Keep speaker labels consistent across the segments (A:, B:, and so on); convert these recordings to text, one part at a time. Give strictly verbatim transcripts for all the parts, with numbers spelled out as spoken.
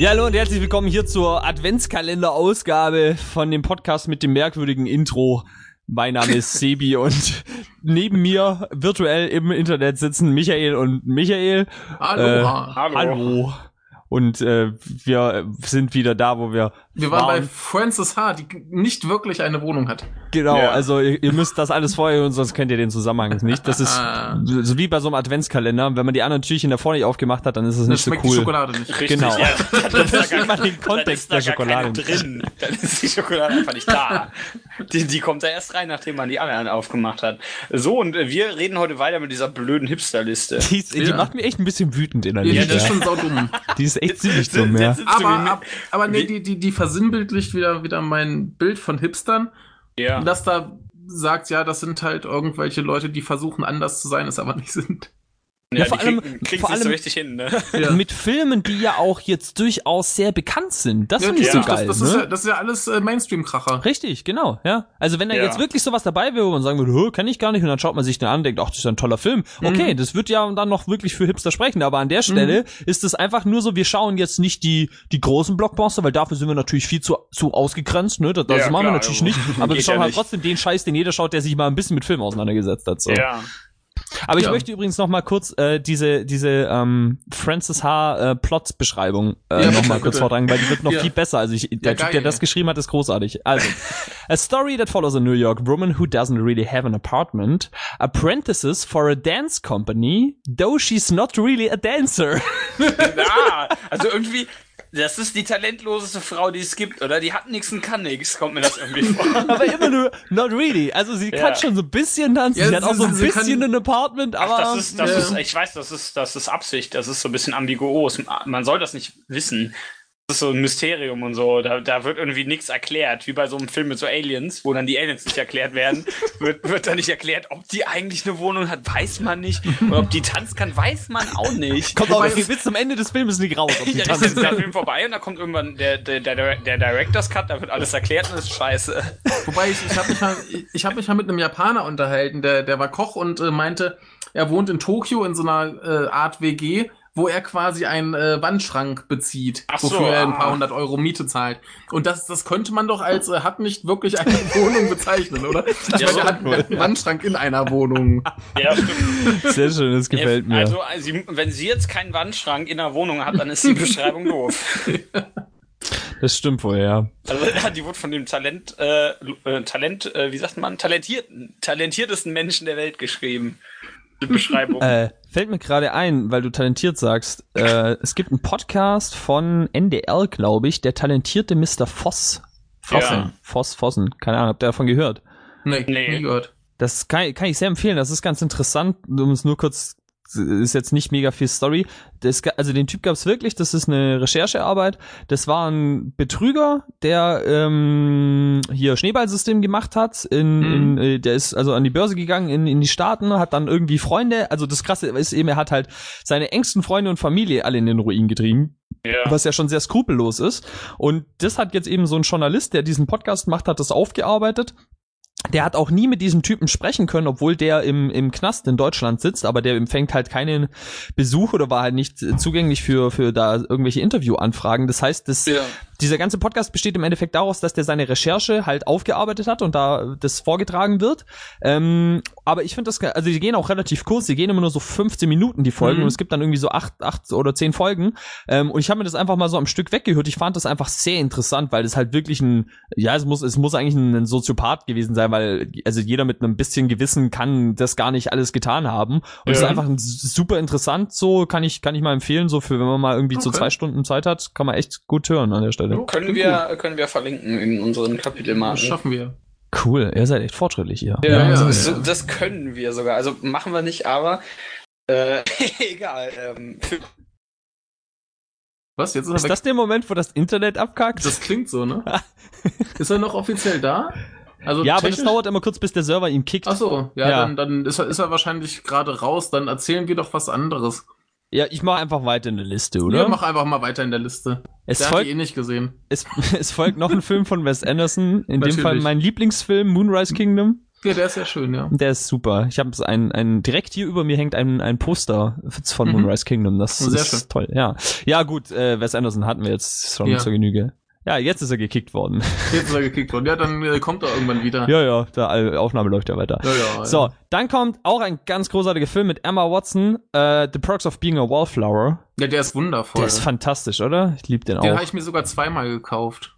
A: Ja, hallo und herzlich willkommen hier zur Adventskalender-Ausgabe von dem Podcast mit dem merkwürdigen Intro. Mein Name ist Sebi und neben mir virtuell im Internet sitzen Michael und Michael.
B: Hallo.
A: Äh,
B: hallo.
A: Hallo. Und äh, wir sind wieder da, wo wir
B: Wir waren, waren bei Frances H., die nicht wirklich eine Wohnung hat.
A: Genau,
B: ja.
A: also ihr, ihr müsst das alles vorher hören, sonst kennt ihr den Zusammenhang nicht. Das ist so wie bei so einem Adventskalender. Wenn man die anderen Türchen davor nicht aufgemacht hat, dann ist es nicht so cool.
B: Die Schokolade nicht.
C: Richtig,
A: genau.
C: Ja, dann, dann
A: versteht man den Kontext der Schokolade
C: drin. Dann ist die Schokolade einfach nicht da. Die, die kommt da erst rein, nachdem man die anderen aufgemacht hat. So, und wir reden heute weiter mit dieser blöden Hipsterliste.
A: Die, die ja. macht mich echt ein bisschen wütend innerlich.
B: Ja, das ist schon saudumm.
A: Die ist echt ziemlich dumm, ja.
B: Aber, ab, aber nee, die, die, die versinnbildlicht wieder, wieder mein Bild von Hipstern.
C: Ja.
B: Das da sagt, ja, das sind halt irgendwelche Leute, die versuchen anders zu sein, es aber nicht sind.
C: Ja,
A: ja, vor allem,
C: kriegen, kriegen
A: vor allem
C: so richtig hin, ne?
A: Ja. Mit Filmen, die ja auch jetzt durchaus sehr bekannt sind. Das ja, finde ich ja. so geil.
B: Das, das,
A: ne?
B: ist ja, das ist ja alles äh, Mainstream-Kracher.
A: Richtig, genau, ja. Also wenn da
C: ja.
A: jetzt wirklich sowas dabei wäre, wo man sagen würde, kenn ich gar nicht, und dann schaut man sich den an und denkt, ach, das ist ein toller Film. Okay, mhm. das wird ja dann noch wirklich für Hipster sprechen, aber an der Stelle mhm. ist es einfach nur so, wir schauen jetzt nicht die die großen Blockbuster, weil dafür sind wir natürlich viel zu zu ausgegrenzt, ne? Das, das
C: ja,
A: machen
C: klar,
A: wir natürlich
C: also.
A: nicht, aber wir schauen
C: ja
A: halt
C: nicht.
A: trotzdem den Scheiß, den jeder schaut, der sich mal ein bisschen mit Film auseinandergesetzt hat. So.
C: Ja.
A: Aber ich
B: ja.
A: möchte übrigens noch mal kurz äh, diese diese ähm, Frances H. Äh, Plot-Beschreibung äh,
B: ja,
A: noch mal
B: bitte.
A: kurz vortragen, weil die wird noch
B: ja.
A: viel besser. Also ich, der
B: ja,
A: Typ,
B: geil,
A: der das
B: ja.
A: geschrieben hat, ist großartig. Also, a story that follows a New York woman who doesn't really have an apartment, apprentices for a dance company, though she's not really a dancer.
C: Ja, also irgendwie... Das ist die talentloseste Frau, die es gibt, oder? Die hat nix und kann nix, kommt mir das irgendwie vor.
A: Aber immer nur not really. Also sie
C: ja.
A: kann schon so ein bisschen tanzen,
B: ja,
A: sie hat auch so ein bisschen
B: kann...
A: ein Apartment, aber...
C: Ach, das ist, das
B: ja.
C: ist, ich weiß, das ist, das ist Absicht, das ist so ein bisschen ambiguos. Man soll das nicht wissen. Das ist so ein Mysterium und so. Da, da wird irgendwie nichts erklärt, wie bei so einem Film mit so Aliens, wo dann die Aliens nicht erklärt werden. wird, wird dann nicht erklärt, ob die eigentlich eine Wohnung hat, weiß man nicht. Und ob die tanzen kann, weiß man auch nicht.
A: Kommt auch bis zum Ende des Films nicht raus, ob die
C: ja,
A: tanzen
C: ist der Film vorbei und da kommt irgendwann der, der, der, der Director's Cut, da wird alles erklärt und das ist scheiße.
B: Wobei, ich, ich habe mich, mal, ich hab mich mal mit einem Japaner unterhalten, der, der war Koch und äh, meinte, er wohnt in Tokio in so einer äh, Art W G, wo er quasi einen äh, Wandschrank bezieht,
C: Ach so,
B: wofür er ein paar
C: ah.
B: hundert Euro Miete zahlt. Und das, das könnte man doch als äh, hat nicht wirklich eine Wohnung bezeichnen, oder? Ich
C: Ja,
B: meine,
C: so
B: er hat
A: cool,
B: einen
A: ja.
B: Wandschrank in einer Wohnung.
C: Ja, stimmt.
A: Sehr schön, das gefällt mir.
C: Also, sie, wenn sie jetzt keinen Wandschrank in der Wohnung hat, dann ist die Beschreibung doof.
A: Das stimmt wohl, ja.
C: Also, die wurde von dem Talent, äh, äh, Talent, äh, wie sagt man, talentierten, talentiertesten Menschen der Welt geschrieben. Die Beschreibung.
A: Äh, fällt mir gerade ein, weil du talentiert sagst, äh, es gibt einen Podcast von N D R, glaube ich, der talentierte Mister Voss. Vossen.
C: Ja.
A: Voss, Vossen. Keine Ahnung, habt ihr davon gehört?
B: Nee,
C: Nee.
B: nie gehört.
A: Das kann, kann ich sehr empfehlen, das ist ganz interessant, um es nur kurz, ist jetzt nicht mega viel Story. Das, also den Typ gab's wirklich, das ist eine Recherchearbeit. Das war ein Betrüger, der ähm, hier Schneeballsystem gemacht hat. In,
B: Mhm.
A: in, äh, der ist also an die Börse gegangen in, in die Staaten, hat dann irgendwie Freunde, also das Krasse ist eben, er hat halt seine engsten Freunde und Familie alle in den Ruin getrieben.
C: Ja.
A: Was ja schon sehr skrupellos ist. Und das hat jetzt eben so ein Journalist, der diesen Podcast macht, hat das aufgearbeitet. Der hat auch nie mit diesem Typen sprechen können, obwohl der im im Knast in Deutschland sitzt, aber der empfängt halt keinen Besuch oder war halt nicht zugänglich für für da irgendwelche Interviewanfragen. Das heißt, das
B: Ja.
A: dieser ganze Podcast besteht im Endeffekt daraus, dass der seine Recherche halt aufgearbeitet hat und da das vorgetragen wird. Ähm, aber ich finde das, also die gehen auch relativ kurz, die gehen immer nur so fünfzehn Minuten, die Folgen,
B: Mhm.
A: und es gibt dann irgendwie so acht, acht oder zehn Folgen. Ähm, und ich habe mir das einfach mal so am Stück weggehört. Ich fand das einfach sehr interessant, weil das halt wirklich ein, ja, es muss, es muss eigentlich ein Soziopath gewesen sein, weil, also jeder mit einem bisschen Gewissen kann das gar nicht alles getan haben. Und es
C: Ja.
A: ist einfach ein, super interessant, so kann ich, kann ich mal empfehlen, so für, wenn man mal irgendwie so
B: Okay.
A: zwei Stunden Zeit hat, kann man echt gut hören an der Stelle.
C: Können wir, können wir verlinken in unseren
B: Das
C: Kapitelmarken.
B: schaffen wir.
A: Cool, ihr seid echt fortschrittlich hier.
C: Ja,
B: Ja,
C: also
B: ja,
C: so,
B: ja.
C: das können wir sogar. Also machen wir nicht, aber äh, egal. Ähm, für
B: Was? Jetzt ist er
A: Ist
B: weg.
A: das der Moment, wo das Internet abkackt?
B: Das klingt so, ne? Ist er noch offiziell da? Also
A: ja, aber das
B: technisch-
A: dauert immer kurz, bis der Server ihn kickt.
B: Ach so, ja,
A: Ja.
B: dann, dann ist, er, ist er wahrscheinlich gerade raus. Dann erzählen wir doch was anderes.
A: Ja, ich mache einfach weiter in der Liste, oder?
B: Ja, mach einfach mal weiter in der Liste.
A: es,
B: Der hat die
A: folgt,
B: eh nicht gesehen.
A: es, es folgt noch ein Film von Wes Anderson, in dem
B: Natürlich.
A: Fall mein Lieblingsfilm, Moonrise Kingdom.
B: Ja, der ist ja schön, ja.
A: Der ist super. Ich habe ein, ein, direkt hier über mir hängt ein, ein Poster von
B: Mhm.
A: Moonrise Kingdom. Das
B: Sehr
A: ist
B: schön.
A: toll, ja. Ja, gut, äh, Wes Anderson hatten wir jetzt schon
B: Ja.
A: zur Genüge. Ja, jetzt ist er gekickt worden.
B: Jetzt ist er gekickt worden. Ja, dann äh, kommt er irgendwann wieder.
A: ja, ja, die Aufnahme läuft ja weiter.
B: ja, ja.
A: So,
B: Ja,
A: dann kommt auch ein ganz großartiger Film mit Emma Watson, äh, The Perks of Being a Wallflower.
B: ja der ist wundervoll.
A: Der ist fantastisch, oder? Ich liebe den,
B: Den
A: auch.
B: habe ich mir sogar zweimal gekauft.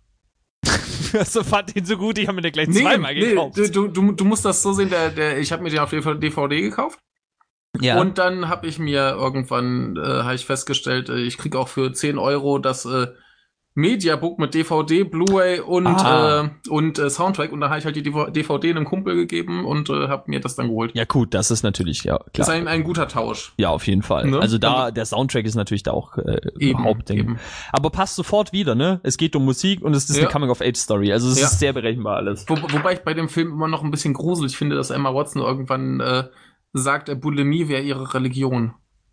A: so fand ihn so gut, ich habe mir den gleich
B: Nee,
A: zweimal
B: nee,
A: gekauft.
B: du, du, du musst das so sehen, der, der, ich habe mir den auf D V D gekauft.
A: ja.
B: Und dann habe ich mir irgendwann, äh, habe ich festgestellt, äh, ich krieg auch für zehn Euro das äh, Mediabook mit D V D, Blu-ray und
A: Ah.
B: äh, und äh, Soundtrack. Und da habe ich halt die D V D einem Kumpel gegeben und äh, habe mir das dann geholt.
A: ja, gut, das ist natürlich, ja,
B: Das
A: klar.
B: ist ein, ein guter Tausch.
A: Ja, auf jeden Fall.
B: Ne?
A: Also da, der Soundtrack ist natürlich da auch äh,
B: Eben,
A: Hauptding.
B: eben.
A: Aber passt sofort wieder, ne? Es geht um Musik und es ist
B: Ja.
A: eine Coming-of-Age-Story. Also es
B: Ja.
A: ist sehr berechenbar alles.
B: Wo, wobei ich bei dem Film immer noch ein bisschen gruselig finde, dass Emma Watson irgendwann äh, sagt, äh, Bulimie wäre ihre Religion.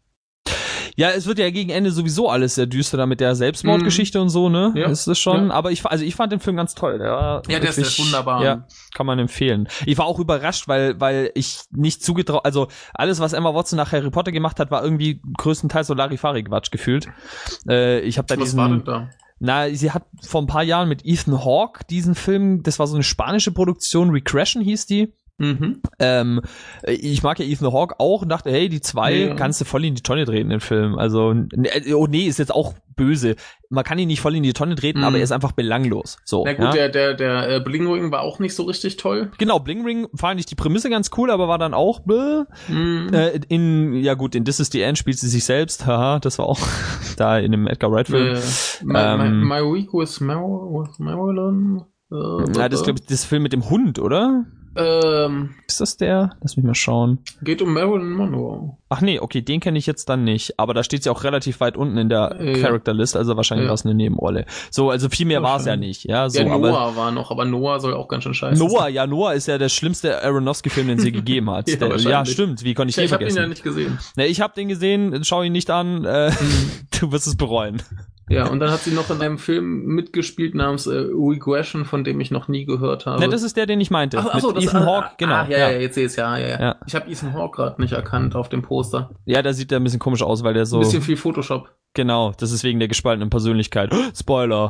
A: Ja, es wird ja gegen Ende sowieso alles sehr düster da mit der Selbstmordgeschichte und so, ne?
B: Ja.
A: Ist es schon.
B: Ja.
A: Aber ich, also ich fand den Film ganz toll. Der war
B: Ja, der ist- der ist
A: wirklich-
B: wunderbar.
A: Ja, kann man empfehlen. Ich war auch überrascht, weil, weil ich nicht zugetraut, also alles, was Emma Watson nach Harry Potter gemacht hat, war irgendwie größtenteils so Larifari-Quatsch gefühlt. Äh, ich habe da
B: Was
A: diesen,
B: war denn da?
A: na, sie hat vor ein paar Jahren mit Ethan Hawke diesen Film, das war so eine spanische Produktion, Regression hieß die.
B: Mhm.
A: Ähm, ich mag ja Ethan Hawke auch und dachte, hey, die zwei
B: Ja.
A: kannst du voll in die Tonne treten, den Film. Also, ne, oh nee, ist jetzt auch böse. Man kann ihn nicht voll in die Tonne treten,
B: Mhm.
A: aber er ist einfach belanglos. So,
B: Na gut,
A: ja?
B: der, der, der äh, Bling Ring war auch nicht so richtig toll.
A: Genau, Bling Ring fand ich die Prämisse ganz cool, aber war dann auch bläh.
B: Mhm.
A: Äh, in, ja gut, in This is the End spielt sie sich selbst, haha, das war auch da in dem Edgar Wright Film.
B: Äh, my,
A: ähm,
B: my, my Week with, Mar with Marilyn. Äh,
A: Ja, das ist, glaube ich, das Film mit dem Hund, oder?
B: ähm,
A: Ist das der? Lass mich mal schauen.
B: geht um Marilyn Monroe.
A: Ach nee, okay, den kenne ich jetzt dann nicht. Aber da steht sie auch relativ weit unten in der
B: Ja.
A: Character List, also wahrscheinlich
B: Ja.
A: war es eine Nebenrolle. So, also viel mehr war es ja
B: Wahrscheinlich.
A: nicht. Ja, so,
B: Ja,
A: aber
B: Noah war noch, aber Noah soll auch ganz schön scheiße
A: Noah, ja, Noah ist ja der schlimmste Aronofsky-Film, den sie gegeben hat.
B: Ja,
A: der, ja,
B: wahrscheinlich.
A: stimmt, wie konnte ich
B: sein.
A: den
B: Ich habe ihn
A: vergessen?
B: ja nicht gesehen.
A: Ne, ich habe den gesehen, schau ihn nicht an, äh, du wirst es bereuen.
B: Ja, und dann hat sie noch in einem Film mitgespielt namens äh, Regression, von dem ich noch nie gehört habe.
A: Ne, das ist der, den ich meinte.
B: Ach, ach so,
A: mit
B: das
A: Ethan
B: ah,
A: Hawke, genau.
B: Ah, ja, ja, jetzt sehe ich es, ja, ja, ja.
A: Ja.
B: Ich habe Ethan Hawke gerade nicht erkannt auf dem Poster.
A: Ja, da sieht der ein bisschen komisch aus, weil der so,
B: Ein bisschen viel Photoshop.
A: genau, das ist wegen der gespaltenen Persönlichkeit. Spoiler.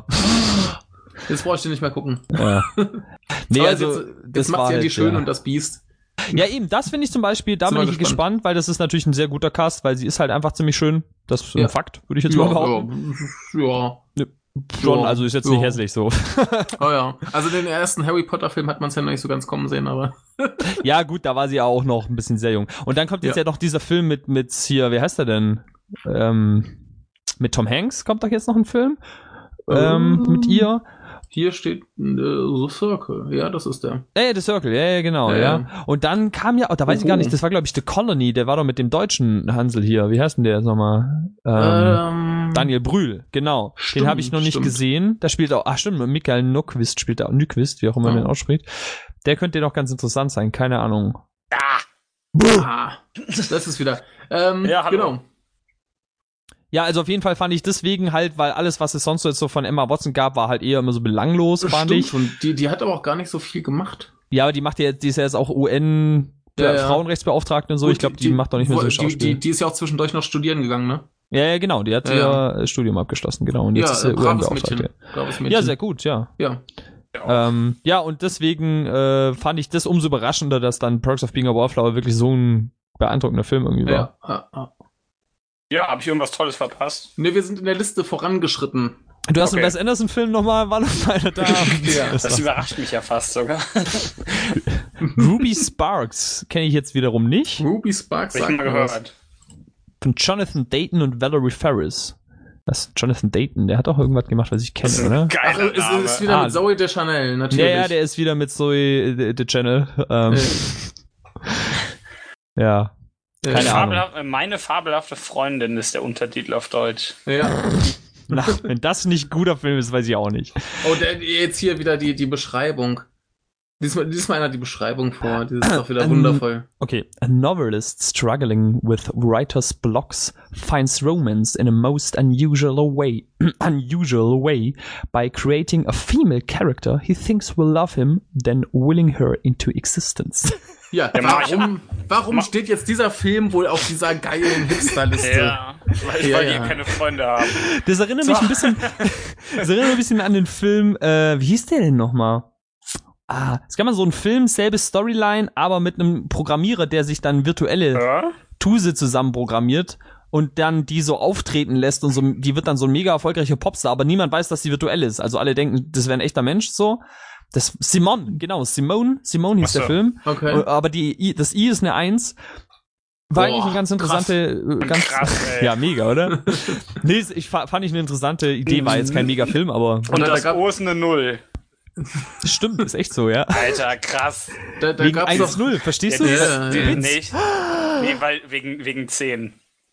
B: Jetzt brauche ich den nicht mehr gucken.
A: Ja. Nee,
B: Aber
A: also,
B: jetzt,
A: das
B: jetzt macht
A: war
B: sie ja
A: halt,
B: die Schöne
A: ja.
B: und das Biest.
A: Ja, eben, das finde ich zum Beispiel, da
B: Sind
A: bin
B: wir
A: ich
B: gespannt.
A: gespannt, weil das ist natürlich ein sehr guter Cast, weil sie ist halt einfach ziemlich schön. Das ist
B: Ja.
A: ein Fakt, würde ich jetzt mal behaupten.
B: ja, ja.
A: Schon,
B: Ja.
A: also ist jetzt
B: Ja.
A: nicht hässlich so.
B: Oh ja. Also den ersten Harry Potter Film hat man es ja noch nicht so ganz kommen sehen, aber.
A: Ja, gut, da war sie ja auch noch ein bisschen sehr jung. Und dann kommt jetzt ja,
B: Ja.
A: noch dieser Film mit, mit hier, wie heißt er denn? Ähm, mit Tom Hanks kommt doch jetzt noch ein Film. Ähm,
B: Ähm.
A: mit ihr.
B: Hier steht äh, The Circle. Ja, das ist der.
A: Ja, ja, The Circle, ja, ja, genau, ja.
B: Ja, ja.
A: Und dann kam ja, oh, da weiß ich gar nicht, das war, glaube ich, The Colony, der war doch mit dem deutschen Hansel hier. Wie heißt denn der jetzt nochmal? Ähm,
B: Ähm,
A: Daniel Brühl, genau.
B: Stimmt,
A: den habe ich noch nicht
B: stimmt.
A: gesehen. Da spielt auch, ach stimmt, Michael Nyqvist spielt da, Nyqvist, wie auch immer man
B: Ja.
A: den ausspricht. Der könnte noch ganz interessant sein, keine Ahnung.
B: Ah, das ist wieder. Ähm,
C: Ja, hallo.
B: Genau.
A: Ja, also auf jeden Fall fand ich deswegen halt, weil alles, was es sonst so jetzt so von Emma Watson gab, war halt eher immer so belanglos, fand
B: Stimmt
A: ich.
B: schon. Die, die hat aber auch gar nicht so viel gemacht.
A: Ja, aber die macht ja jetzt, die ist ja jetzt auch U N
B: Ja, ja.
A: Frauenrechtsbeauftragte und so.
B: Gut,
A: Ich glaube, die, macht doch nicht mehr so
B: die,
A: viel Schauspiel.
B: die, die, die ist ja auch zwischendurch noch studieren gegangen, ne?
A: ja, ja, genau. Die hat
B: Ja,
A: ihr ja. Studium abgeschlossen, genau. Und jetzt ist
B: ja,
A: sie
B: äh,
A: U
B: braves Mädchen.
A: N-Beauftragte.
B: Braves Mädchen.
A: Ja, sehr gut, ja.
B: Ja.
A: Ähm, ja, und deswegen äh, fand ich das umso überraschender, dass dann Perks of Being a Wallflower wirklich so ein beeindruckender Film irgendwie war.
B: Ja. Ah, ah.
C: Ja, habe ich irgendwas Tolles verpasst?
B: Ne, wir sind in der Liste vorangeschritten.
A: Du hast
C: Okay.
A: einen Wes Anderson-Film nochmal, war noch einer da.
B: Ja,
A: das
C: Das
A: war-
C: überrascht mich ja fast sogar.
A: Ruby Sparks kenne ich jetzt wiederum nicht.
B: Ruby Sparks
C: Hab ich
B: sagt
C: mal
B: mir was.
C: gehört.
A: Von Jonathan Dayton und Valerie Ferris. Was? Jonathan Dayton, der hat auch irgendwas gemacht, was ich kenne,
C: Das ist
A: oder?
C: ein
B: Ach,
C: geiler
B: es
C: Name.
B: ist wieder
A: Ah.
B: mit Zoe Deschanel, natürlich.
A: Ja, ja, der ist wieder mit Zoe äh, The Channel. Ähm,
B: Äh,
A: ja.
B: äh,
A: Keine Ahnung.
C: Fabelhaf- Meine fabelhafte Freundin ist der Untertitel auf Deutsch.
B: Ja.
A: Na, wenn das nicht ein guter Film ist, weiß ich auch nicht.
B: Oh, der, jetzt hier wieder die, die Beschreibung. Diesmal, diesmal einer die Beschreibung vor, die ist doch wieder wundervoll.
A: Okay. A novelist struggling with writer's blocks finds romance in a most unusual way, unusual way by creating a female character he thinks will love him, then willing her into existence.
B: Ja, warum, warum steht jetzt dieser Film wohl auf dieser geilen Hipster-Liste?
C: Ja, weil,
B: Ja,
C: weil
B: ja.
C: die keine Freunde haben.
A: Das erinnert mich ein bisschen, das erinnert mich ein bisschen an den Film, äh, wie hieß der denn nochmal? Ah, es gab mal so einen Film, selbe Storyline, aber mit einem Programmierer, der sich dann virtuelle
C: Ja?
A: Tuse zusammen programmiert und dann die so auftreten lässt und so, die wird dann so ein mega erfolgreicher Popstar, aber niemand weiß, dass sie virtuell ist. Also alle denken, das wäre ein echter Mensch, so. Das, Simone, genau, Simone, Simone hieß
C: Ach so.
A: der Film.
B: Okay.
A: Aber die, I, das I ist eine Eins. War
B: Boah,
A: eigentlich eine ganz interessante, äh, ganz,
C: Krass, ey.
A: ja, mega, oder? Nee, ich fa- fand ich eine interessante Idee, war jetzt kein mega Film, aber
C: Und
B: Und da
C: das
B: gab-
C: O ist eine Null.
A: stimmt, ist echt so, ja.
C: Alter, krass.
B: Da, da
A: Wegen
B: gab's
A: eins
B: doch,
A: null, verstehst du?
C: Nee,
B: Ja,
C: das,
B: ja,
C: die-
B: ja.
C: nicht. Nee, weil wegen, wegen zehn.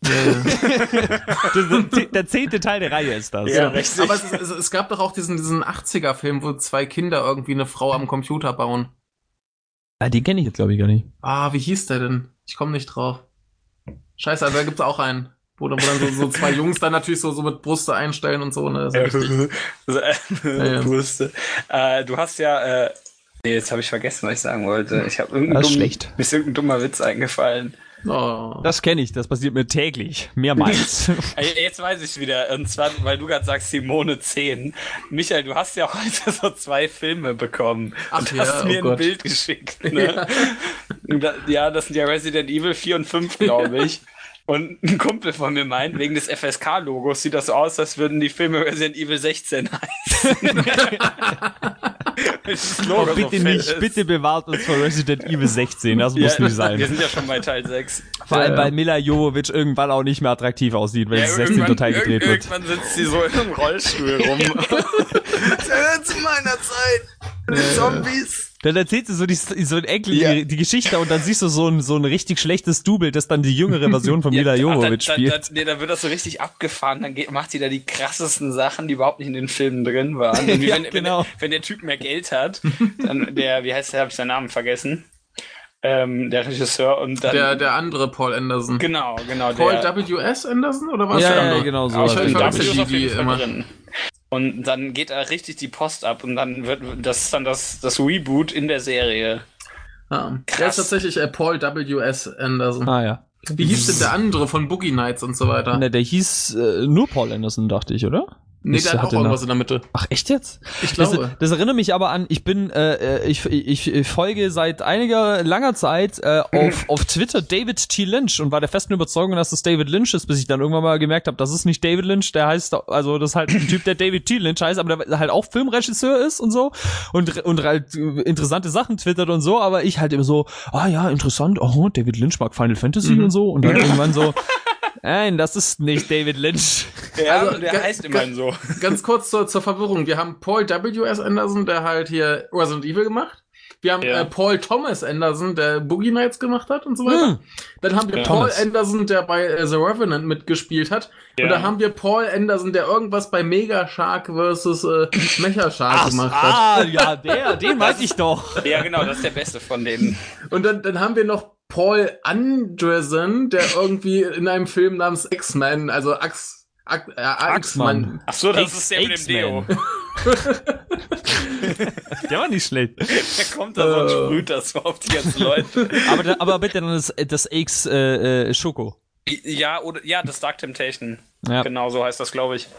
A: Der, der zehnte Teil der Reihe ist das.
C: Ja, richtig.
B: aber es, ist, es, es gab doch auch diesen, diesen achtziger-Film, wo zwei Kinder irgendwie eine Frau am Computer bauen.
A: Ah, den kenne ich jetzt, glaube ich, gar nicht.
B: Ah, wie hieß der denn? Ich komme nicht drauf. Scheiße, also da gibt's auch einen. Wo, dann- wo dann so, so zwei Jungs dann natürlich so, so mit Brüste einstellen und so. Ne? Das ist ja richtig. ja.
C: Brüste. Äh, du hast ja, äh, nee, jetzt habe ich vergessen, was ich sagen wollte. Ich habe irgendeinen
A: Das ist
C: dummen,
A: schlecht.
C: mir ist irgendein dummer Witz eingefallen.
B: Oh.
A: Das kenne ich, das passiert mir täglich. Mehrmals.
C: Äh, Jetzt weiß ich wieder, und zwar, weil du gerade sagst, Simone zehn. Michael, du hast ja heute so zwei Filme bekommen
B: Ach
C: und
B: ja,
C: hast mir
B: oh
C: ein
B: Gott.
C: Bild geschickt. Ne? Und da, ja, das sind ja Resident Evil vier und fünf, glaube ich. Und ein Kumpel von mir meint, wegen des F S K-Logos sieht das so aus, als würden die Filme Resident Evil sechzehn heißen. Das Logo
A: Oh,
C: so
A: bitte
C: fett
A: nicht,
C: ist.
A: bitte bewahrt uns vor Resident Evil sechzehn, das muss
C: Ja,
A: nicht sein.
C: Wir sind ja schon bei Teil sechs.
A: Vor allem,
B: Ja, ja.
A: weil Mila Jovovich irgendwann auch nicht mehr attraktiv aussieht, wenn
C: Ja,
A: es sechzehnten Teil
C: irg-
A: gedreht wird.
C: Irgendwann sitzt sie so in einem Rollstuhl rum. Zu meiner Zeit. Mit den Zombies.
A: Dann erzählt sie so, die, so ein Enkel
C: Ja.
A: die, die Geschichte und dann siehst du so ein, so ein richtig schlechtes Double, das dann die jüngere Version von Mila
C: ach,
A: Jovovich
C: dann,
A: spielt.
C: dann, dann, nee, dann wird das so richtig abgefahren, dann geht, macht die da die krassesten Sachen, die überhaupt nicht in den Filmen drin waren. Irgendwie,
A: Ja,
C: wenn, wenn,
A: genau.
C: der, wenn der Typ mehr Geld hat, dann der, wie heißt der, habe ich seinen Namen vergessen, ähm, der Regisseur und dann...
B: Der, der andere Paul Anderson.
C: genau, genau.
B: Paul
C: der,
B: W S Anderson oder was?
A: Ja,
B: der
A: ja,
B: andere?
A: genau so.
C: Aber
B: Ich,
A: Also
B: ich
A: die
B: verwechsel
C: W ist auf
B: die wie
C: jeden Fall
B: immer.
C: drin. Und dann geht da richtig die Post ab und dann wird das ist dann das, das Reboot in der Serie.
B: Ja. Der
C: Krass.
B: ist tatsächlich äh, Paul W S Anderson.
A: Ah ja.
B: Wie hieß denn der andere von Boogie Nights und so weiter?
A: Ne, der hieß äh, nur Paul Anderson, dachte ich, oder?
B: nee,
A: Ich
B: der hat auch
A: hatte
B: irgendwas in der Mitte.
A: Ach, echt jetzt?
B: Ich
A: Das,
B: glaube.
A: das erinnert mich aber an, ich bin, äh, ich, ich, ich folge seit einiger langer Zeit äh, auf, auf Twitter David T. Lynch und war der festen Überzeugung, dass das David Lynch ist, bis ich dann irgendwann mal gemerkt habe, das ist nicht David Lynch, der heißt, also das ist halt ein Typ, der David T. Lynch heißt, aber der halt auch Filmregisseur ist und so und, und halt äh, interessante Sachen twittert und so, aber ich halt immer so, ah ja, interessant, oh, David Lynch mag Final Fantasy
B: Mhm.
A: und so und dann irgendwann so, nein, das ist nicht David Lynch.
C: Ja,
B: Also,
C: der
B: ga-
C: heißt
B: ga-
C: immerhin so.
B: Ganz kurz zur, zur Verwirrung. Wir haben Paul W S Anderson, der halt hier Resident Evil gemacht. Wir haben
C: Ja.
B: äh, Paul Thomas Anderson, der Boogie Nights gemacht hat und so weiter.
A: Hm.
B: Dann haben wir
C: Ja.
B: Paul
A: Thomas.
B: Anderson, der bei äh, The Revenant mitgespielt hat.
C: Ja.
B: Und dann haben wir Paul Anderson, der irgendwas bei Mega Shark versus äh, Mecha Shark gemacht hat.
A: ah, ja, der, den weiß ich doch.
C: Ja, genau, das ist der beste von denen.
B: Und dann, dann haben wir noch Paul Anderson, der irgendwie in einem Film namens X-Men, also Ax, Ax, äh, X-Men.
C: Ach so, das
A: X-
C: ist der mit dem Deo.
A: X-Men. Der war nicht schlecht.
C: Der kommt da so und
B: Äh.
C: sprüht das so auf die ganzen Leute.
A: Aber, da- aber bitte dann das, das X äh, äh, Schoko.
C: Ja, oder, ja, das Dark Temptation.
A: Ja.
C: Genau, so heißt das, glaube ich.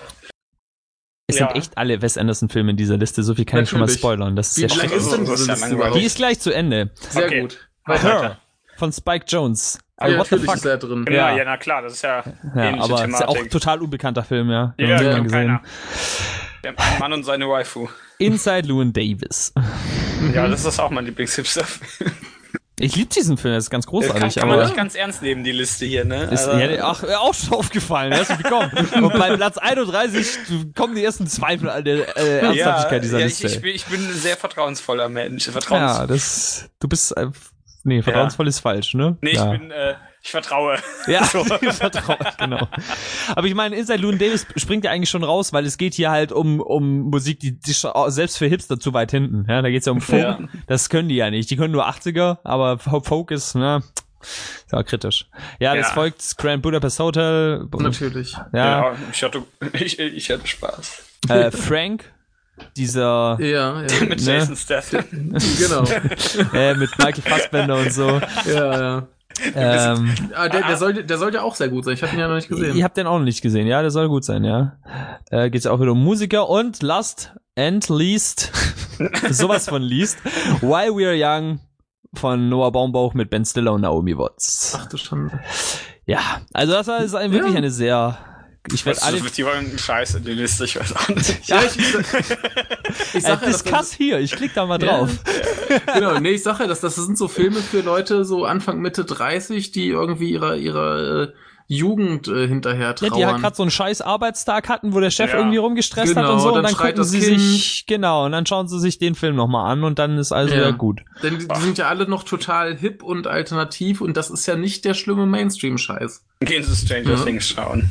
A: Es
C: Ja.
A: sind echt alle Wes Anderson-Filme in dieser Liste. So viel kann ich schon mal
B: Natürlich.
A: spoilern. Das ist
B: Wie
A: sehr
B: lang
A: schlecht.
B: ist denn
C: Das ist
B: diese
C: ja
B: Liste
C: langweilig.
A: Die
B: überhaupt?
A: ist gleich zu Ende.
B: Sehr
C: Okay.
B: gut.
A: Her von Spike Jones.
B: Ah,
A: Äh,
B: ja,
A: what the
B: natürlich
A: fuck?
B: ist er drin.
C: Genau,
A: Ja.
C: ja, na klar, das ist ja,
A: Ja,
C: ähnliche
A: aber ist ja
C: Thematik.
A: auch total unbekannter Film, ja.
C: Ja,
A: Den haben wir
C: ja,
A: mal
C: keiner. Der Mann und seine Waifu.
A: Inside Llewyn Davis.
C: Ja, das ist auch mein Lieblings-Hipster-Film.
A: Ich liebe diesen Film, das ist ganz
C: Das
A: großartig.
C: kann, kann man
A: aber
C: nicht ganz ernst nehmen, die Liste hier, ne?
A: ist,
C: Also-
A: ja, ach, auch schon aufgefallen. Hast du bekommen. Und bei Platz einunddreißig kommen die ersten Zweifel an der äh, Ernsthaftigkeit dieser
C: ja,
A: Liste.
C: Ich, ich, bin, ich bin ein sehr vertrauensvoller Mensch. Vertrauens
A: Ja, das, du bist, äh, nee, vertrauensvoll ist falsch, ne?
C: Nee,
A: ja.
C: ich bin, äh, ich vertraue.
A: Ja, so. Ich vertraue, genau. Aber ich meine, Inside Llewyn Davis springt ja eigentlich schon raus, weil es geht hier halt um um Musik, die, die selbst für Hipster zu weit hinten. Ja, da geht's ja um Folk. Ja. Das können die ja nicht. Die können nur achtziger, aber Folk ist, ne, ist ja kritisch. Ja, das ja. folgt Grand Budapest Hotel.
B: Natürlich.
A: Ja,
C: ja ich, hatte, ich, ich hatte Spaß.
A: Äh, Frank, dieser...
B: Ja, ja.
C: mit ne? Jason Statham.
B: Genau.
A: äh, mit Michael Fassbender und so.
B: Ja, ja.
A: Ähm,
B: ah, der, der, soll, der soll ja auch sehr gut sein. Ich habe ihn ja noch nicht gesehen.
A: Ich habe den auch noch nicht gesehen. Ja, der soll gut sein, ja. Äh, geht's auch wieder um Musiker und last and least, sowas von least, While We Are Young von Noah Baumbauch mit Ben Stiller und Naomi Watts.
B: Ach du Schande.
A: Ja, also das ist ein, wirklich ja. eine sehr... Ich werde alle...
C: Die wollen Scheiße in die Liste, ich weiß auch nicht.
B: Ja, ich, ich, ich sag
A: äh,
B: ja,
A: Discuss hier, ich klick da mal drauf.
B: Ja. Genau, nee, ich sag ja, das, das sind so Filme für Leute so Anfang, Mitte dreißig, die irgendwie ihrer, ihrer äh, Jugend äh, hinterher trauern.
A: Ja, die halt gerade so einen scheiß Arbeitstag hatten, wo der Chef ja. irgendwie rumgestresst
B: genau,
A: hat und so, und dann,
B: dann
A: gucken sie
B: kind.
A: sich, genau, und dann schauen sie sich den Film nochmal an und dann ist also ja gut.
B: Denn die, die sind ja alle noch total hip und alternativ und das ist ja nicht der schlimme Mainstream-Scheiß.
C: Gehen Sie Stranger ja. Things schauen.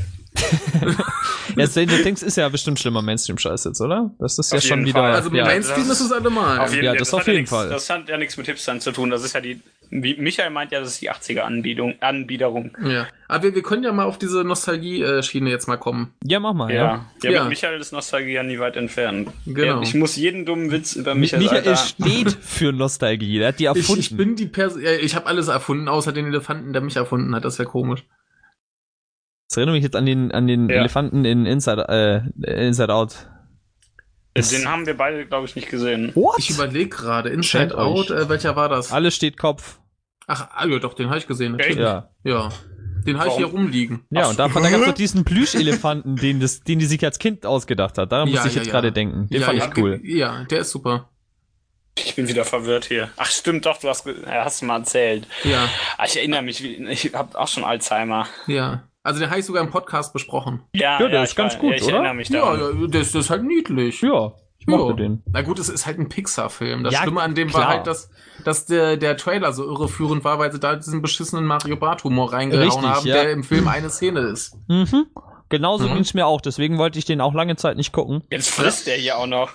A: Ja, Stranger Things ist ja bestimmt schlimmer Mainstream-Scheiß jetzt, oder? Das ist
C: auf
A: ja schon wieder...
B: Fall. Also
A: ja.
B: Mainstream ist es allemal.
C: Auf jeden,
A: ja,
C: das,
A: das
C: das
A: auf jeden
C: ja nix,
A: Fall.
C: Das hat ja nichts mit Hipstern zu tun, das ist ja die... Wie Michael meint ja, das ist die achtziger-Anbiederung. Anbiederung.
B: Ja, aber wir, wir können ja mal auf diese Nostalgie-Schiene jetzt mal kommen.
A: Ja, mach mal,
C: ja.
A: ja.
C: Ja, ja. Mit Michael ist Nostalgie ja nie weit entfernt.
B: Genau.
C: Ja, ich muss jeden dummen Witz über Michael...
A: Michael
C: Alter.
A: steht für Nostalgie, der hat die erfunden.
B: Ich, ich bin die Person... Ja, ich habe alles erfunden, außer den Elefanten, der mich erfunden hat, das wäre komisch.
A: Das erinnert mich jetzt an den, an den ja. Elefanten in Inside, äh, Inside Out.
C: Das den haben wir beide, glaube ich, nicht gesehen.
A: What?
B: Ich überlege gerade. Inside Out, äh, welcher war das?
A: Alles steht Kopf.
B: Ach, ah, ja, doch, den habe ich gesehen. Natürlich.
A: Ja.
B: Ja. Den habe ich hier rumliegen.
A: Ja, Ach, und da, da gab es doch diesen Plüschelefanten, den, das, den die sich als Kind ausgedacht hat. Daran ja, muss ich ja, jetzt ja. gerade denken. Den
B: ja,
A: fand
B: ja,
A: ich cool.
B: Ja, der ist super.
C: Ich bin wieder verwirrt hier. Ach, stimmt doch, du hast, hast du mal erzählt.
B: Ja.
C: Ach, ich erinnere mich, ich habe auch schon Alzheimer.
B: Ja. Also den habe ich sogar im Podcast besprochen.
C: Ja,
A: ja der
C: ja,
A: ist ganz
C: war,
A: gut,
C: ja, ich
A: oder?
C: erinnere mich daran.
B: Ja, ja das, das ist halt niedlich.
A: Ja, ich mochte
B: ja.
A: den.
B: Na gut, es ist halt ein Pixar-Film. Das
A: ja,
B: Schlimme an dem
A: klar.
B: war halt, dass, dass der, der Trailer so irreführend war, weil sie da diesen beschissenen Mario Bart-Humor reingehauen
A: Richtig,
B: haben,
A: ja.
B: der im Film eine Szene ist.
A: Mhm. Genauso
B: Mhm.
A: ging's mir auch, deswegen wollte ich den auch lange Zeit nicht gucken.
C: Jetzt frisst der hier auch noch.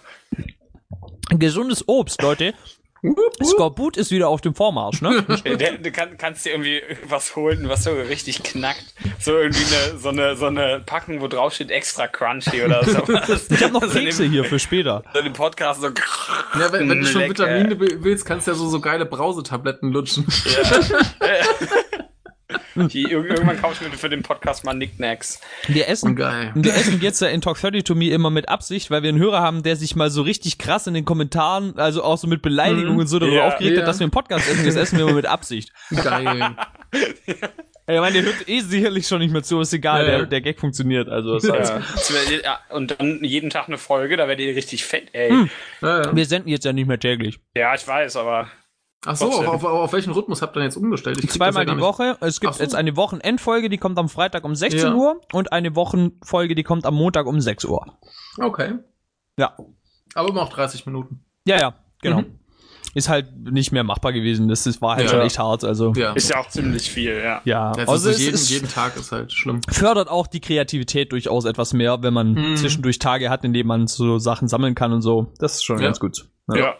A: Gesundes Obst, Leute. Skorbut ist wieder auf dem Vormarsch, ne?
C: Der, du kann, kannst dir irgendwie was holen, was so richtig knackt. So irgendwie eine, so eine, so eine Packung, wo drauf steht extra crunchy oder sowas.
A: Ich hab noch
C: also
A: Kekse hier für später.
C: So im Podcast so.
B: Ja, wenn, wenn du schon
C: lecker.
B: Vitamine willst, kannst du ja so, so geile Brausetabletten lutschen.
C: Ja. Die, irgendwann kaufe ich mir für den Podcast mal Knickknacks.
A: Wir essen,
B: Geil.
A: wir essen jetzt ja in Talk thirty to Me immer mit Absicht, weil wir einen Hörer haben, der sich mal so richtig krass in den Kommentaren, also auch so mit Beleidigungen mhm. und so darüber
C: ja,
A: aufgeregt
B: ja.
A: hat, dass wir einen Podcast essen. Jetzt essen wir immer mit Absicht.
B: Geil.
A: Ich meine, der hört eh sicherlich schon nicht mehr zu, ist egal,
B: Ja.
A: der, der Gag funktioniert. Also das heißt,
C: Ja. Das wär, ja, und dann jeden Tag eine Folge, da werdet ihr richtig fett, ey.
A: Hm.
B: Ja, ja.
A: wir senden jetzt ja nicht mehr täglich.
C: Ja, ich weiß, aber.
B: Ach so, auf,
C: Trotzdem.
B: auf, auf welchen Rhythmus habt ihr denn jetzt umgestellt? Ich krieg
A: Zweimal
B: das ja
A: die
B: gar nicht.
A: Woche. Es gibt
B: Ach so.
A: jetzt eine Wochenendfolge, die kommt am Freitag um sechzehn
B: Ja.
A: Uhr und eine Wochenfolge, die kommt am Montag um sechs Uhr.
B: Okay.
A: Ja.
B: Aber immer auch dreißig Minuten.
A: Ja, ja, genau.
B: Mhm.
A: Ist halt nicht mehr machbar gewesen. Das ist, war halt
B: Ja.
A: schon echt hart. Also
B: Ja.
C: Ist ja auch ziemlich viel, ja.
A: ja.
B: Das
A: Also
B: ist
A: es
B: jeden,
A: ist,
B: jeden Tag ist halt schlimm.
A: fördert auch die Kreativität durchaus etwas mehr, wenn man
B: Mhm.
A: zwischendurch Tage hat, in denen man so Sachen sammeln kann und so. Das ist schon
B: Ja.
A: ganz gut.
C: Ja.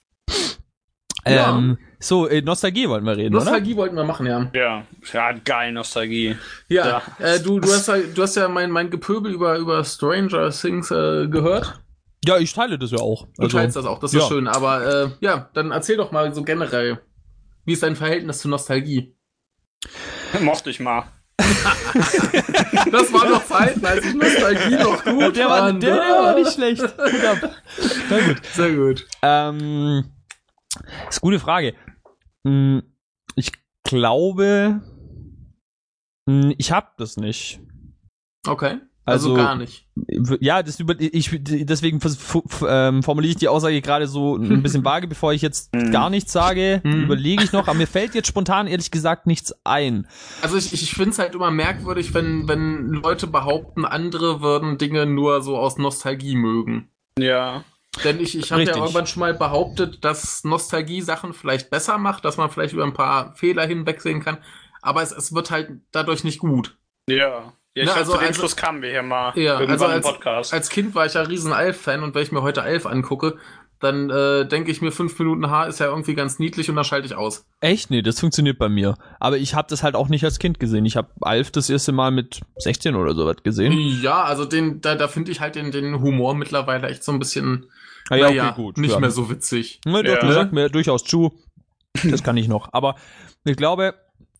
A: Ähm, so, äh, Nostalgie wollten wir reden,
B: Nostalgie wollten wir machen, ja.
C: Ja, ja, geil, Nostalgie.
B: Ja,
C: Ja.
B: Äh, du, du, hast ja du hast ja mein, mein Gepöbel über, über Stranger Things äh, gehört.
A: oder? Ja, ich teile das ja auch.
B: Du teilst das auch, das ist
A: ja.
B: schön. Aber äh, ja, dann erzähl doch mal so generell, wie ist dein Verhältnis zu Nostalgie?
C: Mochte ich mal.
B: Das war noch Zeiten, als ich Nostalgie noch gut
A: Der war,
B: fand.
A: der, der war nicht schlecht. Gut ab. Na gut.
B: Sehr gut.
A: Ähm, ist eine gute Frage. Hm, Ich glaube, hm, ich hab das nicht.
B: Okay. Also,
A: Also,
B: gar nicht.
A: Ja, das über, ich, deswegen f- f- ähm, formuliere ich die Aussage gerade so ein bisschen vage, bevor ich jetzt
C: Mhm.
A: gar nichts sage,
B: Mhm.
A: überlege ich noch, aber mir fällt jetzt spontan ehrlich gesagt nichts ein.
B: Also ich, ich finde es halt immer merkwürdig, wenn, wenn Leute behaupten, andere würden Dinge nur so aus Nostalgie mögen.
C: Ja.
B: Denn ich, ich habe ja
A: Richtig.
B: irgendwann schon mal behauptet, dass Nostalgie Sachen vielleicht besser macht, dass man vielleicht über ein paar Fehler hinwegsehen kann. aber es, es wird halt dadurch nicht gut.
C: Ja. Ja, ich
B: Ne,
C: glaub,
B: also-
C: zu dem
B: also-
C: Schluss kamen wir hier mal
B: Ja,
C: irgendwann
B: also
C: im
B: als,
C: Podcast.
B: als Kind war ich ja riesen Alf-Fan und wenn ich mir heute Alf angucke, dann äh, denke ich mir, fünf Minuten Haar ist ja irgendwie ganz niedlich und dann schalte ich aus.
A: Echt? Nee, das funktioniert bei mir. Aber ich habe das halt auch nicht als Kind gesehen. Ich habe Alf das erste Mal mit sechzehn oder so was gesehen.
B: Ja, also den, da, da finde ich halt den, den Humor mittlerweile echt so ein bisschen,
A: Ah ja,
B: naja,
A: okay, gut.
B: nicht
A: Ja.
B: mehr so witzig.
A: Ne, doch,
C: Ja.
A: du sagst mir durchaus zu. Das kann ich noch. Aber ich glaube,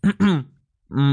A: mh,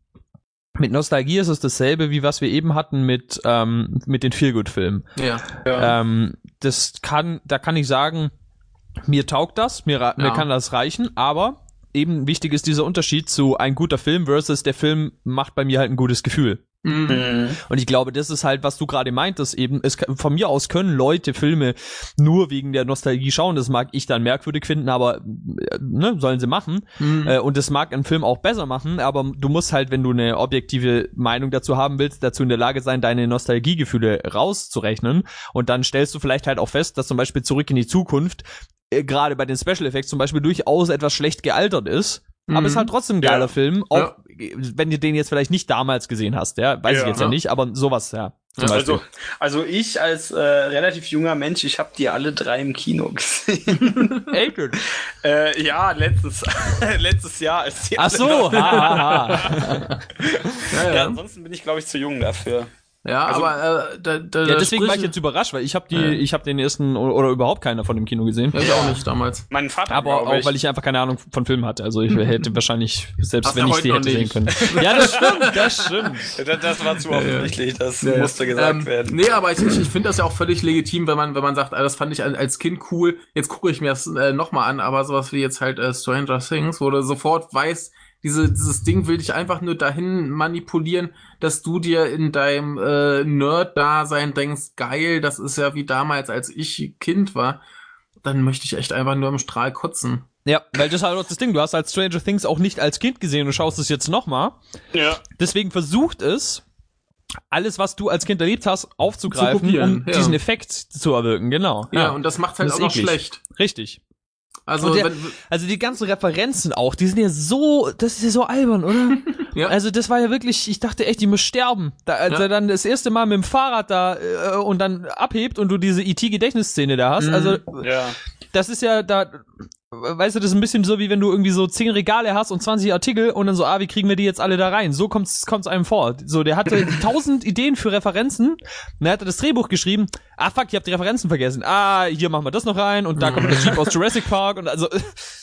A: mit Nostalgie ist es dasselbe, wie was wir eben hatten mit, ähm, mit den Feelgood-Filmen.
B: Ja.
C: Ja.
A: Ähm, das kann, da kann ich sagen, mir taugt das, mir, ra- mir
B: Ja.
A: kann das reichen, aber eben wichtig ist dieser Unterschied zu ein guter Film versus der Film macht bei mir halt ein gutes Gefühl.
B: Mhm.
C: Mhm.
A: Und ich glaube, das ist halt, was du gerade meintest, eben, es, kann- von mir aus können Leute Filme nur wegen der Nostalgie schauen, das mag ich dann merkwürdig finden, aber äh, ne, sollen sie machen.
B: Mhm.
A: Äh, und das mag ein Film auch besser machen, aber du musst halt, wenn du eine objektive Meinung dazu haben willst, dazu in der Lage sein, deine Nostalgiegefühle rauszurechnen. Und dann stellst du vielleicht halt auch fest, dass zum Beispiel Zurück in die Zukunft äh, gerade bei den Special Effects zum Beispiel durchaus etwas schlecht gealtert ist. Aber
B: Mhm.
A: ist halt trotzdem ein geiler
C: Ja.
A: Film, auch
B: Ja.
A: wenn du den jetzt vielleicht nicht damals gesehen hast, ja, weiß
C: Ja.
A: ich jetzt ja,
B: Ja.
A: nicht, aber sowas, ja. Zum
B: Ja,
A: Beispiel.
C: Also, also ich als äh, relativ junger Mensch, ich habe die alle drei im Kino gesehen.
A: Ey, gut.
C: äh, ja, letztes, letztes Jahr ist die
A: Ach
C: alle
A: so,
C: noch-
A: ha, ha, ha.
B: Ja,
C: Ja,
B: ja.
C: ansonsten bin ich, glaube ich, zu jung dafür.
B: Ja,
C: Also-
B: aber äh, da, da,
A: Ja,
B: da
A: deswegen war ich
B: sprich-
A: jetzt überrascht, weil ich habe die,
B: Ja.
A: ich habe den ersten oder, oder überhaupt keiner von dem Kino gesehen.
B: Ja, ich auch nicht damals.
C: Mein Vater,
A: Aber
C: glaub
A: auch, weil ich einfach keine Ahnung von Filmen hatte. Also ich hätte wahrscheinlich, selbst
B: Hast
A: wenn
B: du
A: ich
B: heute
A: die
B: noch
A: hätte sehen
B: nicht.
A: können. Ja, das stimmt, das stimmt.
C: Das, das war zu
B: Ja, ja.
C: offensichtlich, das
B: Ja, ja.
C: musste gesagt
B: ähm,
C: werden.
B: Nee, aber ich, ich, ich finde das ja auch völlig legitim, wenn man, wenn man sagt, ah, das fand ich als- als Kind cool, jetzt gucke ich mir das äh, nochmal an, aber sowas wie jetzt halt äh, Stranger Things, wo du sofort weißt, diese, dieses Ding will dich einfach nur dahin manipulieren, dass du dir in deinem äh, Nerd-Dasein denkst, geil, das ist ja wie damals, als ich Kind war. Dann möchte ich echt einfach nur im Strahl kotzen.
A: Ja, weil das ist halt auch das Ding. Du hast halt Stranger Things auch nicht als Kind gesehen und schaust es jetzt nochmal.
C: Ja.
A: Deswegen versucht es, alles, was du als Kind erlebt hast, aufzugreifen,
B: Zu kopieren,
A: um
B: ja.
A: diesen Effekt zu erwirken. Genau.
B: Ja, und das macht halt
A: Das
B: auch
A: ist
B: noch
A: eklig.
B: schlecht.
A: Richtig.
B: Also,
A: Und der-
B: wenn,
A: Also die ganzen Referenzen auch, die sind ja so, das ist ja so albern, oder?
B: ja.
A: Also das war ja wirklich, ich dachte echt, die muss sterben. Da, als
B: Ja.
A: er dann das erste Mal mit dem Fahrrad da äh, und dann abhebt und du diese E T-Gedächtnisszene da hast,
B: Mhm.
A: also
C: Ja.
A: das ist ja da, weißt du, das ist ein bisschen so, wie wenn du irgendwie so zehn Regale hast und zwanzig Artikel und dann so, ah, wie kriegen wir die jetzt alle da rein? So kommt's, kommt's einem vor. So, der hatte tausend Ideen für Referenzen, dann hat er das Drehbuch geschrieben, ah, fuck, ich hab die Referenzen vergessen. Ah, hier machen wir das noch rein und da kommt das Jeep aus Jurassic Park und also,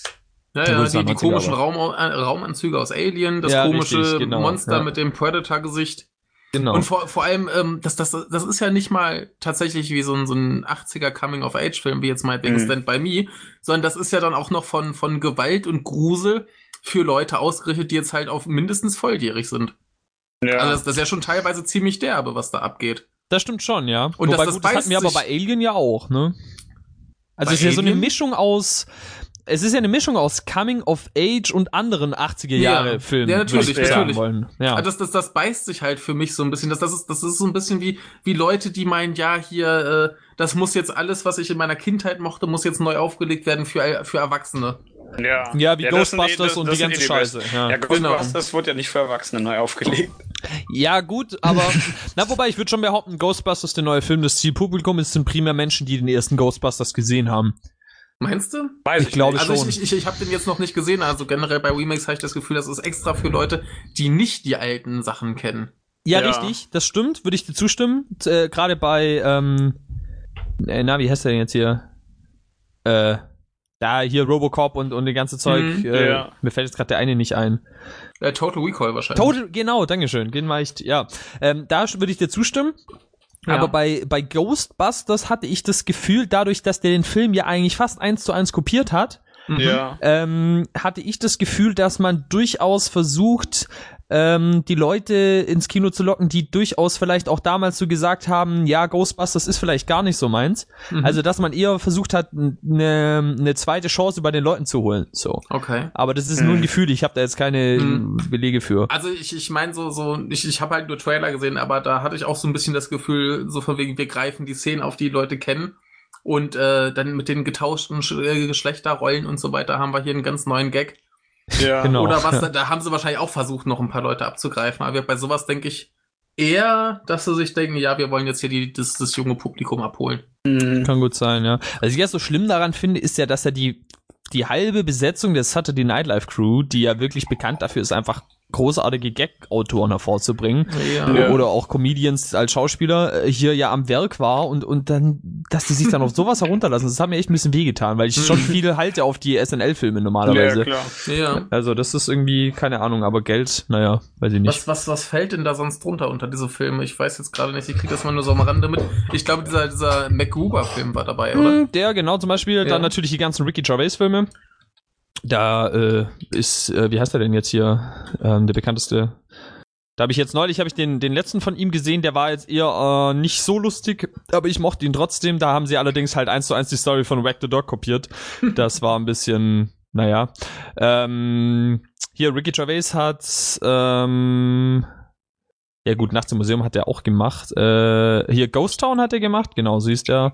B: Ja,
A: Ja,
B: ja,
A: gut, es
B: die,
A: war
B: die
A: neunziger,
B: komischen
A: aber-
B: Raum, äh, Raumanzüge aus Alien, das
A: Ja,
B: komische
A: richtig, genau,
B: Monster
A: ja.
B: mit dem Predator-Gesicht.
A: genau.
B: Und vor, vor allem, ähm, das, das, das ist ja nicht mal tatsächlich wie so ein, so ein achtziger Coming-of-Age-Film, wie jetzt meinetwegen
C: Mhm.
B: Stand By Me, sondern das ist ja dann auch noch von, von Gewalt und Grusel für Leute ausgerichtet, die jetzt halt auf mindestens volljährig sind.
C: Ja.
B: Also das, das ist ja schon teilweise ziemlich derbe, was da abgeht.
A: Das stimmt schon, ja.
B: Und
A: Wobei
B: das- das
A: gut, das hatten
B: beißt
A: wir aber
B: sich-
A: bei Alien ja auch, ne? Also
B: Bei
A: es ist ja so eine
B: Alien?
A: Mischung aus, es ist ja eine Mischung aus Coming of Age und anderen achtziger Jahre
B: Ja.
A: Filmen.
B: Ja, natürlich,
A: würde ich sagen
B: natürlich.
A: wollen. Ja.
B: Also das, das, das beißt sich halt für mich so ein bisschen. Das, das, ist, das ist so ein bisschen wie, wie Leute, die meinen, ja, hier, äh, das muss jetzt alles, was ich in meiner Kindheit mochte, muss jetzt neu aufgelegt werden für, für Erwachsene.
C: Ja,
A: Ja, wie
C: das sind
A: Ghostbusters
C: das-
A: und
C: das
A: die
C: sind
A: ganze
C: die
A: Scheiße,
C: Bösen.
A: ja.
C: Ja,
B: Genau.
C: Ghostbusters wurde ja nicht für Erwachsene neu aufgelegt.
A: Ja, gut, aber, na, wobei ich würde schon behaupten, Ghostbusters, der neue Film, das Zielpublikum, es sind primär Menschen, die den ersten Ghostbusters gesehen haben.
B: Meinst du?
C: Weiß
A: Ich glaube
B: Also
A: schon.
B: ich, ich, ich habe den jetzt noch nicht gesehen. Also generell bei Remakes habe ich das Gefühl, das ist extra für Leute, die nicht die alten Sachen kennen.
A: Ja,
C: Ja.
A: richtig, das stimmt, würde ich dir zustimmen. Äh, Gerade bei, ähm, äh, na, wie heißt der denn jetzt hier? Äh, da, hier Robocop und, und die ganze Zeug.
B: Mhm,
A: äh,
C: ja.
A: Mir fällt jetzt gerade der eine nicht ein.
B: Äh, Total Recall wahrscheinlich.
A: Total, genau, dankeschön. Gehen wir echt, ja. Ähm, da würde ich dir zustimmen.
B: Ja.
A: Aber bei, bei Ghostbusters hatte ich das Gefühl, dadurch, dass der den Film ja eigentlich fast eins zu eins kopiert hat,
B: Mhm.
C: Ja.
A: ähm, hatte ich das Gefühl, dass man durchaus versucht, ähm, die Leute ins Kino zu locken, die durchaus vielleicht auch damals so gesagt haben, ja, Ghostbusters ist vielleicht gar nicht so meins.
B: Mhm.
A: Also, dass man eher versucht hat, eine ne zweite Chance bei den Leuten zu holen. So.
B: Okay.
A: Aber das ist nur ein
C: Mhm.
A: Gefühl, ich habe da jetzt keine
B: Mhm.
A: Belege für.
B: Also ich, ich meine so, so, ich, ich habe halt nur Trailer gesehen, aber da hatte ich auch so ein bisschen das Gefühl, so von wegen, wir greifen die Szenen auf, die, die Leute kennen. Und äh, dann mit den getauschten Sch- äh, Geschlechterrollen und so weiter haben wir hier einen ganz neuen Gag.
C: Ja.
A: Genau.
B: Oder was, da, da haben sie wahrscheinlich auch versucht, noch ein paar Leute abzugreifen. Aber bei sowas denke ich eher, dass sie sich denken, ja, wir wollen jetzt hier die, das, das junge Publikum abholen.
C: Mhm.
A: Kann gut sein, ja. Was ich ja so schlimm daran finde, ist ja, dass er die, die halbe Besetzung der Saturday Night Live Crew, die ja wirklich bekannt dafür ist, einfach großartige Gag-Autoren hervorzubringen
B: Ja.
C: Ja.
A: oder auch Comedians als Schauspieler äh, hier ja am Werk war und und dann, dass die sich dann auf sowas herunterlassen, das hat mir echt ein bisschen wehgetan, weil ich schon viel halte auf die S N L-Filme normalerweise.
C: Ja, klar.
B: Ja.
A: Also das ist irgendwie, keine Ahnung, aber Geld, naja, weiß ich nicht.
B: Was, was, was fällt denn da sonst drunter unter diese Filme? Ich weiß jetzt gerade nicht, ich kriege das mal nur so am Rande mit. Ich glaube, dieser, dieser MacGruber-Film war dabei, oder?
A: Hm, der, genau, zum Beispiel,
B: Ja.
A: dann natürlich die ganzen Ricky Gervais-Filme. Da äh, ist, äh, wie heißt er denn jetzt hier, ähm, der bekannteste? Da habe ich jetzt neulich, habe ich den, den letzten von ihm gesehen, der war jetzt eher äh, nicht so lustig, aber ich mochte ihn trotzdem. Da haben sie allerdings halt eins zu eins die Story von Wag the Dog kopiert. Das war ein bisschen, naja. Ähm, hier, Ricky Gervais hat, ähm, ja gut, Nachts im Museum hat er auch gemacht. Äh, hier Ghost Town hat er gemacht, genau, so hieß der.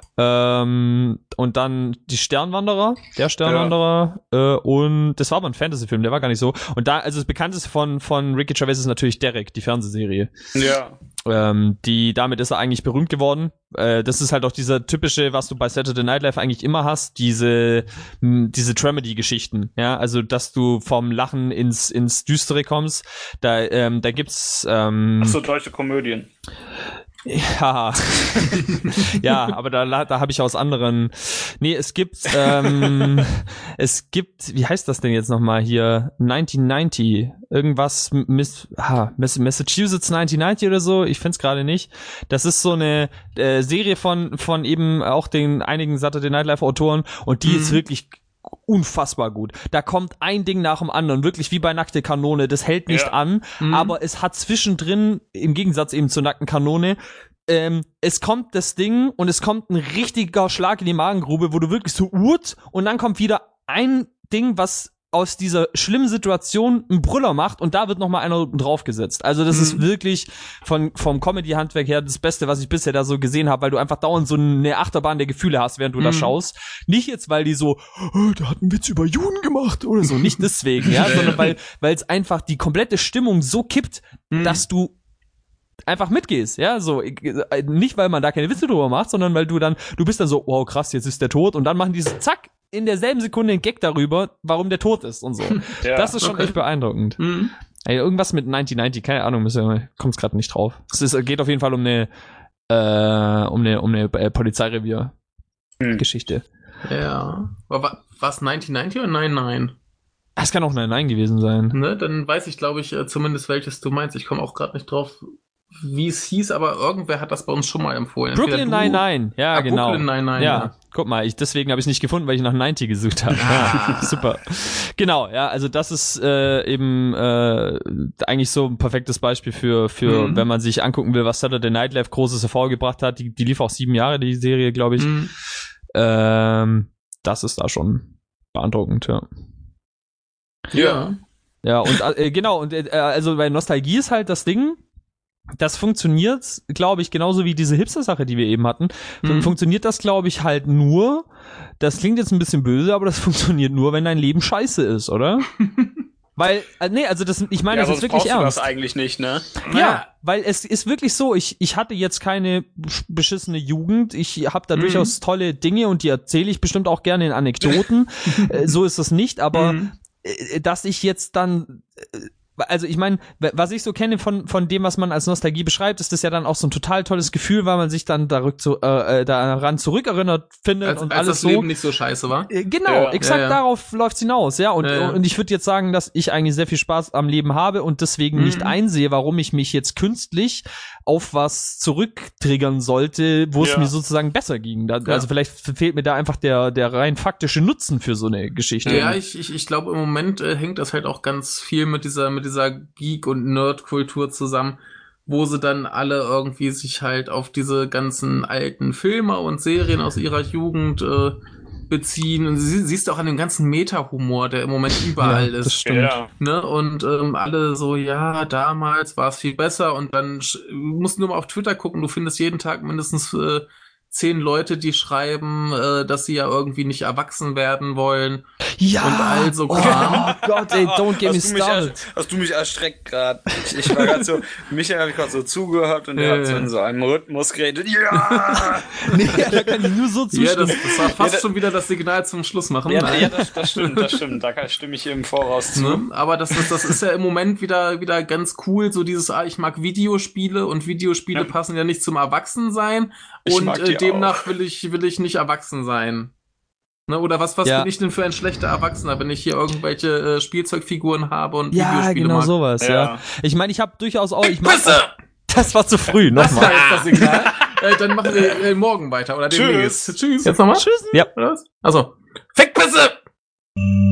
A: Ähm, und dann die Sternwanderer, der Sternwanderer. Ja. Äh, und das war aber ein Fantasy-Film, der war gar nicht so. Und da, also das bekannteste von, von Ricky Gervais ist natürlich Derek, die Fernsehserie.
C: Ja.
A: Ähm, die, damit ist er eigentlich berühmt geworden. Äh, das ist halt auch dieser typische, was du bei Saturday Night Live eigentlich immer hast, diese, mh, diese Dramedy-Geschichten, ja, also, dass du vom Lachen ins, ins Düstere kommst. Da, ähm, da gibt's, ähm,
C: Ach so, deutsche Komödien.
A: ja, ja, aber da, da habe ich aus anderen. Nee, es gibt, ähm, es gibt, wie heißt das denn jetzt nochmal hier? neunzehnhundertneunzig, irgendwas, Miss, ah, Massachusetts neunzehnhundertneunzig oder so. Ich find's gerade nicht. Das ist so eine äh, Serie von von eben auch den einigen Saturday Night Live Autoren und die mhm. ist wirklich unfassbar gut. Da kommt ein Ding nach dem anderen, wirklich wie bei Nackte Kanone. Das hält nicht
C: ja.
A: an, mhm. aber es hat zwischendrin, im Gegensatz eben zur Nackten Kanone, ähm, es kommt das Ding und es kommt ein richtiger Schlag in die Magengrube, wo du wirklich so urt und dann kommt wieder ein Ding, was aus dieser schlimmen Situation einen Brüller macht und da wird nochmal einer draufgesetzt. Also das mhm. ist wirklich von vom Comedy-Handwerk her das Beste, was ich bisher da so gesehen habe, weil du einfach dauernd so eine Achterbahn der Gefühle hast, während du mhm. da schaust. Nicht jetzt, weil die so, oh, der hat einen Witz über Juden gemacht oder so, nicht deswegen, ja, sondern weil weil es einfach die komplette Stimmung so kippt, mhm. dass du einfach mitgehst, ja, so, nicht weil man da keine Witze drüber macht, sondern weil du dann, du bist dann so, wow, krass, jetzt ist der tot und dann machen die so, zack, in derselben Sekunde einen Gag darüber, warum der tot ist und so. Ja, das ist schon okay. echt beeindruckend. Mhm. Ey, irgendwas mit neunzehnhundertneunzig, keine Ahnung, kommt's gerade nicht drauf. Es ist, geht auf jeden Fall um eine, äh, um eine, um eine äh, Polizeirevier-Geschichte.
B: Mhm. Ja. War es neunzehnhundertneunzig oder neunundneunzig?
A: Das kann auch nein nein gewesen sein.
B: Ne, dann weiß ich, glaube ich, zumindest welches du meinst. Ich komme auch gerade nicht drauf, wie es hieß, aber irgendwer hat das bei uns schon mal empfohlen.
A: Brooklyn Nine-Nine, ja, ah, genau.
B: Brooklyn Nine-Nine,
A: ja.
B: ja.
A: Guck mal, ich, deswegen habe ich es nicht gefunden, weil ich nach neunzig gesucht habe.
B: Ah.
A: Super. Genau, ja, also das ist äh, eben äh, eigentlich so ein perfektes Beispiel für, für mhm. wenn man sich angucken will, was Saturday Night Live Großes hervorgebracht hat. Die, die lief auch sieben Jahre, die Serie, glaube ich. Mhm. Ähm, das ist da schon beeindruckend, ja.
B: Ja.
A: Ja, und äh, genau, und äh, also bei Nostalgie ist halt das Ding, das funktioniert, glaube ich, genauso wie diese Hipster-Sache, die wir eben hatten. Mhm. Funktioniert das, glaube ich, halt nur, das klingt jetzt ein bisschen böse, aber das funktioniert nur, wenn dein Leben scheiße ist, oder? Weil, äh, nee, also das, ich meine,
C: ja,
A: das ist wirklich ernst.
C: Du das eigentlich nicht, ne?
A: Ja, ja, weil es ist wirklich so, ich ich hatte jetzt keine beschissene Jugend, ich habe da mhm. durchaus tolle Dinge und die erzähle ich bestimmt auch gerne in Anekdoten, äh, so ist es nicht, aber mhm. äh, dass ich jetzt dann... Äh, Also ich meine, was ich so kenne von von dem, was man als Nostalgie beschreibt, ist das ja dann auch so ein total tolles Gefühl, weil man sich dann darück zu, äh, daran zurückerinnert findet
B: als,
A: und
B: als
A: alles
B: das
A: so.
B: Leben nicht so scheiße war.
A: Äh, genau,
B: ja,
A: exakt
B: ja, ja.
A: darauf läuft's hinaus, ja. Und
B: ja, ja.
A: und ich würde jetzt sagen, dass ich eigentlich sehr viel Spaß am Leben habe und deswegen mhm. nicht einsehe, warum ich mich jetzt künstlich auf was zurücktriggern sollte, wo es
C: ja.
A: mir sozusagen besser ging. Da,
B: ja.
A: Also vielleicht fehlt mir da einfach der der rein faktische Nutzen für so eine Geschichte.
B: Ja, ich ich, ich glaube im Moment äh, hängt das halt auch ganz viel mit dieser mit dieser Geek- und Nerd-Kultur zusammen, wo sie dann alle irgendwie sich halt auf diese ganzen alten Filme und Serien aus ihrer Jugend äh, beziehen. Und sie, siehst du auch an dem ganzen Meta-Humor, der im Moment überall
A: ja,
B: ist.
A: Das stimmt.
C: Ja.
B: Ne? Und ähm, alle so, ja, damals war es viel besser und dann sch- du musst nur mal auf Twitter gucken, du findest jeden Tag mindestens äh, zehn Leute, die schreiben, äh, dass sie ja irgendwie nicht erwachsen werden wollen.
A: Ja.
B: Und all so Kram.
A: Oh Gott, ey, don't get me
D: hast, du mich
A: started.
D: ersch- hast du mich erschreckt gerade? Ich, ich war gerade so, Michael habe ich gerade so zugehört und der
B: Ja,
D: hat so
B: ja.
D: in so einem Rhythmus geredet. Ja!
A: Nee, da kann ich nur so zustimmen.
B: Ja, das, das war fast
D: Ja, da-
B: schon wieder das Signal zum Schluss machen.
D: Ja,
B: Nein.
D: ja das, das stimmt, das stimmt. Da kann, stimme ich hier im Voraus zu.
B: Ne? Aber das ist, das ist ja im Moment wieder, wieder ganz cool, so dieses, ah, ich mag Videospiele und Videospiele
C: Ja.
B: passen ja nicht zum Erwachsensein
C: Ich
B: und
C: mag
B: äh,
C: die
B: demnach will ich, will ich nicht erwachsen sein. Ne? Oder was, was
A: Ja.
B: bin ich denn für ein schlechter Erwachsener, wenn ich hier irgendwelche äh, Spielzeugfiguren habe und
A: Ja,
B: Videospiele
A: genau
B: mag?
A: sowas, ja.
C: Ja.
A: Ich meine, ich habe durchaus auch, ich mag,
B: Pisse!
A: das war zu früh,
B: Das war
A: nochmal.
B: jetzt das Signal. äh, dann machen wir äh, morgen weiter oder demnächst.
C: Tschüss.
B: Tschüss. Jetzt nochmal?
A: Tschüss. Ja.
B: Oder was? Also, Fickpisse!